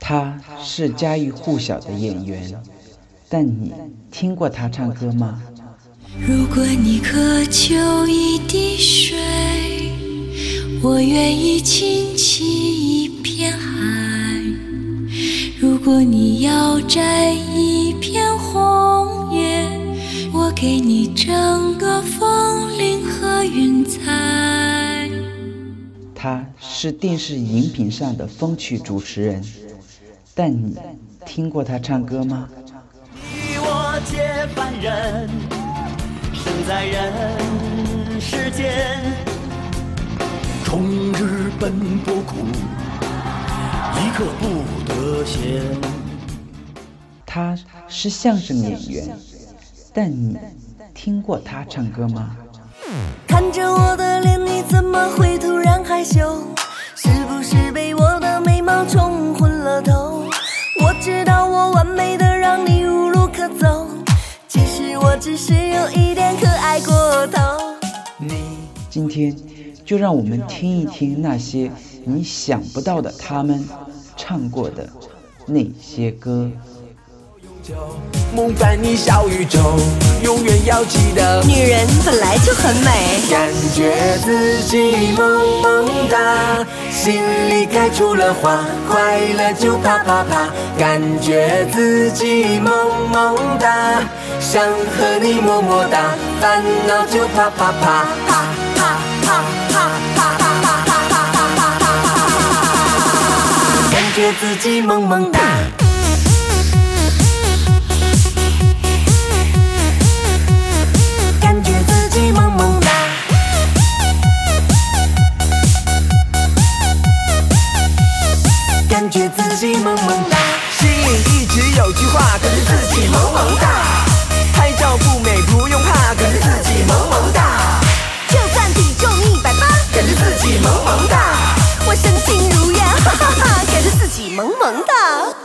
他是家喻户晓的演员，但你听过他唱歌吗？ 如果你渴求一滴水，我愿意倾起一片海；如果你要摘一片红叶，我给你整个风铃和云彩。 他是电视荧屏上的风趣主持人，但你听过他唱歌吗？ 你我皆凡人，生在人世间，终日奔波苦，一刻不得闲。 他是相声演员，但你听过他唱歌吗？ 看着我的脸，你怎么会突然害羞？是不是被我的美貌冲昏了头？我知道我完美的让你无路可走，其实我只是有一点可爱过头。 今天就让我们听一听那些你想不到的他们唱过的那些歌。 梦伴你小宇宙，永远要记得， 女人本来就很美， 感觉自己萌萌哒，心里开出了花，快乐就啪啪啪，感觉自己萌萌哒，想和你么么哒，烦恼就啪啪啪啪啪啪啪啪啪啪啪啪啪，感觉自己萌萌哒。萌萌哒，感觉自己萌萌哒，心里一直有句话，可是自己萌萌哒，拍照不美不用怕，可是自己萌萌哒， 就算体重180， 可是自己萌萌哒， 我身轻如燕，哈哈哈，可是自己萌萌哒。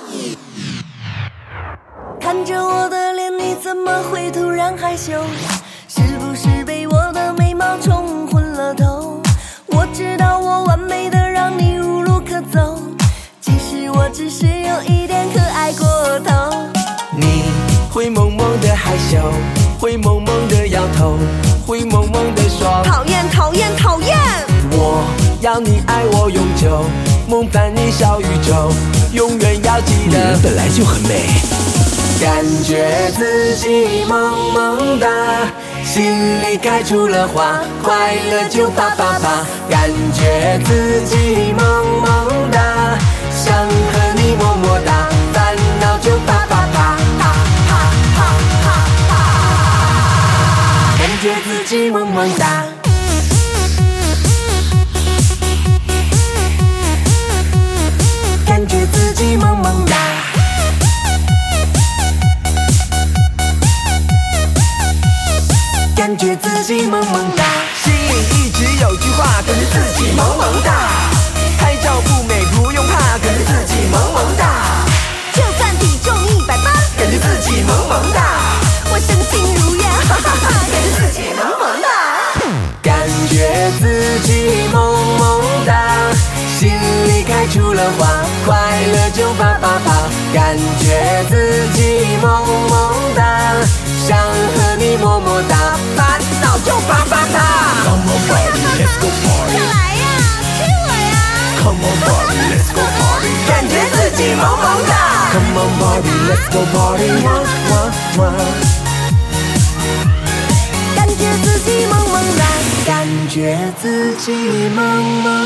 看着我的脸，你怎么会突然害羞？是不是被我的美貌冲昏了头？我知道我完美的让你无路可走，其实我只是有一点可爱过头。 你会萌萌的害羞，会萌萌的摇头，会萌萌的说讨厌讨厌讨厌。 我要你爱我永久，梦伴你小宇宙，永远要记得，女人本来就很美，感觉自己萌萌哒，心里开出了花，快乐就啪啪啪，感觉自己萌萌哒，想和你么么哒，烦恼就啪啪啪啪啪啪啪啪，感觉自己萌萌哒，感觉自己萌萌哒，感觉自己萌萌哒，心里一直有句话，可是自己萌萌哒，拍照不美不用怕，可是自己萌萌哒， 就算体重180， 可是自己萌萌哒， 我身轻如燕，哈哈哈，可是自己萌萌哒， 感觉自己萌萌哒，心里开出了花，快乐就啪啪啪，感觉自己萌萌哒，想和你么么哒，烦恼就啪啪啪。Come on Barbie, let's go party. 快来呀，亲我呀 Come on Barbie, let's go party. 感觉自己萌萌哒。Come on Barbie, let's go party. 感觉自己萌萌哒，感觉自己萌萌